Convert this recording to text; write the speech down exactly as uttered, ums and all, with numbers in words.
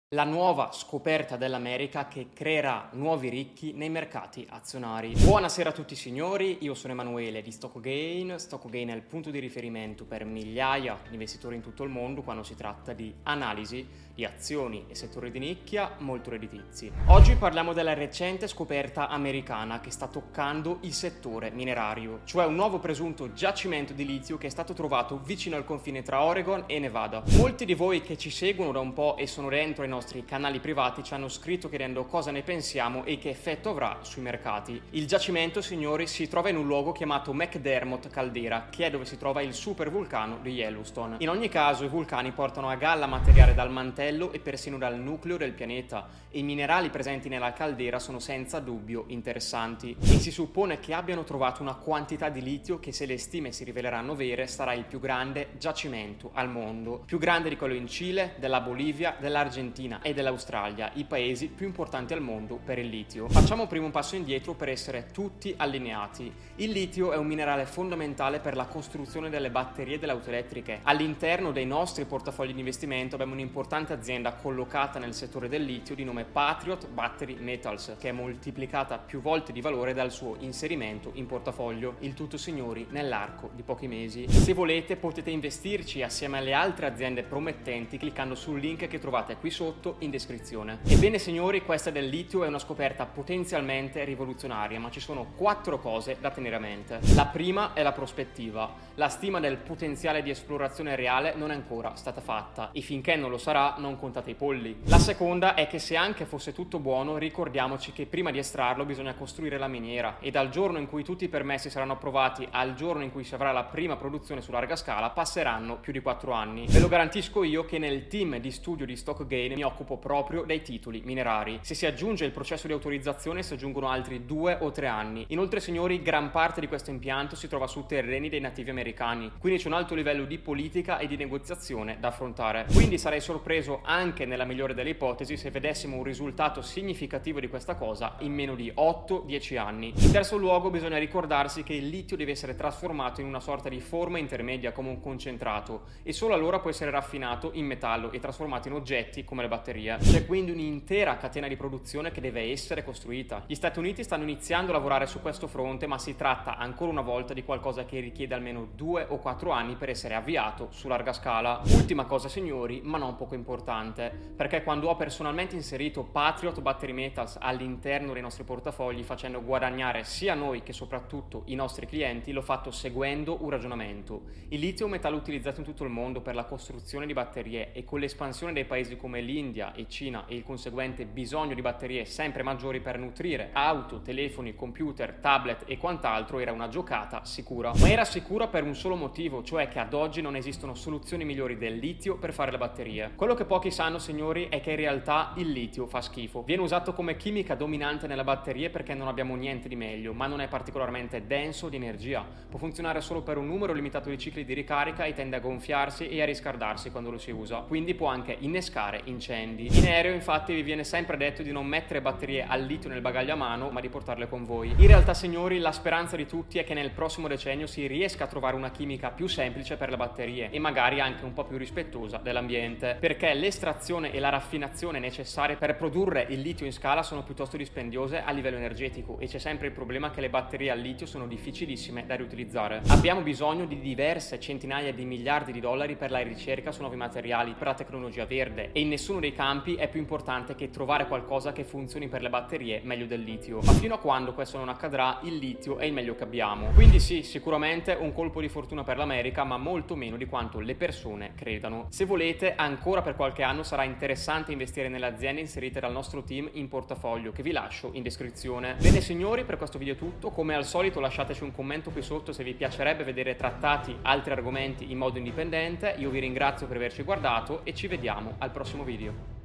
La nuova scoperta dell'America che creerà nuovi ricchi nei mercati azionari. Buonasera a tutti signori, io sono Emanuele di StockGain. StockGain è il punto di riferimento per migliaia di investitori in tutto il mondo quando si tratta di analisi di azioni e settori di nicchia molto redditizi. Oggi parliamo della recente scoperta americana che sta toccando il settore minerario, cioè un nuovo presunto giacimento di litio che è stato trovato vicino al confine tra Oregon e Nevada. Molti di voi che ci seguono da un po' e sono dentro ai nostri canali privati ci hanno scritto chiedendo cosa ne pensiamo e che effetto avrà sui mercati. Il giacimento, signori, si trova in un luogo chiamato McDermott Caldera, che è dove si trova il supervulcano di Yellowstone. In ogni caso, i vulcani portano a galla materiale dal mantello e persino dal nucleo del pianeta, e i minerali presenti nella caldera sono senza dubbio interessanti. E si suppone che abbiano trovato una quantità di litio che, se le stime si riveleranno vere, sarà il più grande giacimento al mondo, più grande di quello in Cile, della Bolivia, dell'Argentina e dell'Australia, i paesi più importanti al mondo per il litio. Facciamo prima un passo indietro per essere tutti allineati. Il litio è un minerale fondamentale per la costruzione delle batterie delle auto elettriche. All'interno dei nostri portafogli di investimento abbiamo un'importante azienda collocata nel settore del litio di nome Patriot Battery Metals, che è moltiplicata più volte di valore dal suo inserimento in portafoglio. Il tutto, signori, nell'arco di pochi mesi. Se volete potete investirci assieme alle altre aziende promettenti cliccando sul link che trovate qui sotto in descrizione. Ebbene signori, questa del litio è una scoperta potenzialmente rivoluzionaria, ma ci sono quattro cose da tenere a mente. La prima è la prospettiva. La stima del potenziale di esplorazione reale non è ancora stata fatta e finché non lo sarà non contate i polli. La seconda è che, se anche fosse tutto buono, ricordiamoci che prima di estrarlo bisogna costruire la miniera, e dal giorno in cui tutti i permessi saranno approvati al giorno in cui si avrà la prima produzione su larga scala passeranno più di quattro anni. Ve lo garantisco io che nel team di studio di StockGain mi occupo proprio dei titoli minerari. Se si aggiunge il processo di autorizzazione si aggiungono altri due o tre anni. Inoltre, signori, gran parte di questo impianto si trova su terreni dei nativi americani, quindi c'è un alto livello di politica e di negoziazione da affrontare. Quindi sarei sorpreso, anche nella migliore delle ipotesi, se vedessimo un risultato significativo di questa cosa in meno di otto dieci anni. In terzo luogo, bisogna ricordarsi che il litio deve essere trasformato in una sorta di forma intermedia come un concentrato, e solo allora può essere raffinato in metallo e trasformato in oggetti come le batterie. C'è quindi un'intera catena di produzione che deve essere costruita. Gli Stati Uniti stanno iniziando a lavorare su questo fronte, ma si tratta ancora una volta di qualcosa che richiede almeno due o quattro anni per essere avviato su larga scala. Ultima cosa, signori, ma non poco importante, perché quando ho personalmente inserito Patriot Battery Metals all'interno dei nostri portafogli, facendo guadagnare sia noi che soprattutto i nostri clienti, l'ho fatto seguendo un ragionamento. Il litio è un metallo utilizzato in tutto il mondo per la costruzione di batterie, e con l'espansione dei paesi come l'India e Cina e il conseguente bisogno di batterie sempre maggiori per nutrire auto, telefoni, computer, tablet e quant'altro, era una giocata sicura. Ma era sicura per un solo motivo, cioè che ad oggi non esistono soluzioni migliori del litio per fare le batterie. Quello che pochi sanno, signori, è che in realtà il litio fa schifo. Viene usato come chimica dominante nelle batterie perché non abbiamo niente di meglio, ma non è particolarmente denso di energia. Può funzionare solo per un numero limitato di cicli di ricarica e tende a gonfiarsi e a riscaldarsi quando lo si usa. Quindi può anche innescare incendi. In aereo, infatti, vi viene sempre detto di non mettere batterie al litio nel bagaglio a mano, ma di portarle con voi. In realtà, signori, la speranza di tutti è che nel prossimo decennio si riesca a trovare una chimica più semplice per le batterie e magari anche un po' più rispettosa dell'ambiente, perché l'estrazione e la raffinazione necessarie per produrre il litio in scala sono piuttosto dispendiose a livello energetico, e c'è sempre il problema che le batterie al litio sono difficilissime da riutilizzare. Abbiamo bisogno di diverse centinaia di miliardi di dollari per la ricerca su nuovi materiali, per la tecnologia verde, e in nessuno dei campi è più importante che trovare qualcosa che funzioni per le batterie meglio del litio. Ma fino a quando questo non accadrà, il litio è il meglio che abbiamo. Quindi sì, sicuramente un colpo di fortuna per l'America, ma molto meno di quanto le persone credano. Se volete, ancora per qualche anno sarà interessante investire nelle aziende inserite dal nostro team in portafoglio, che vi lascio in descrizione. Bene signori, per questo video è tutto. Come al solito lasciateci un commento qui sotto se vi piacerebbe vedere trattati altri argomenti in modo indipendente. Io vi ringrazio per averci guardato e ci vediamo al prossimo video.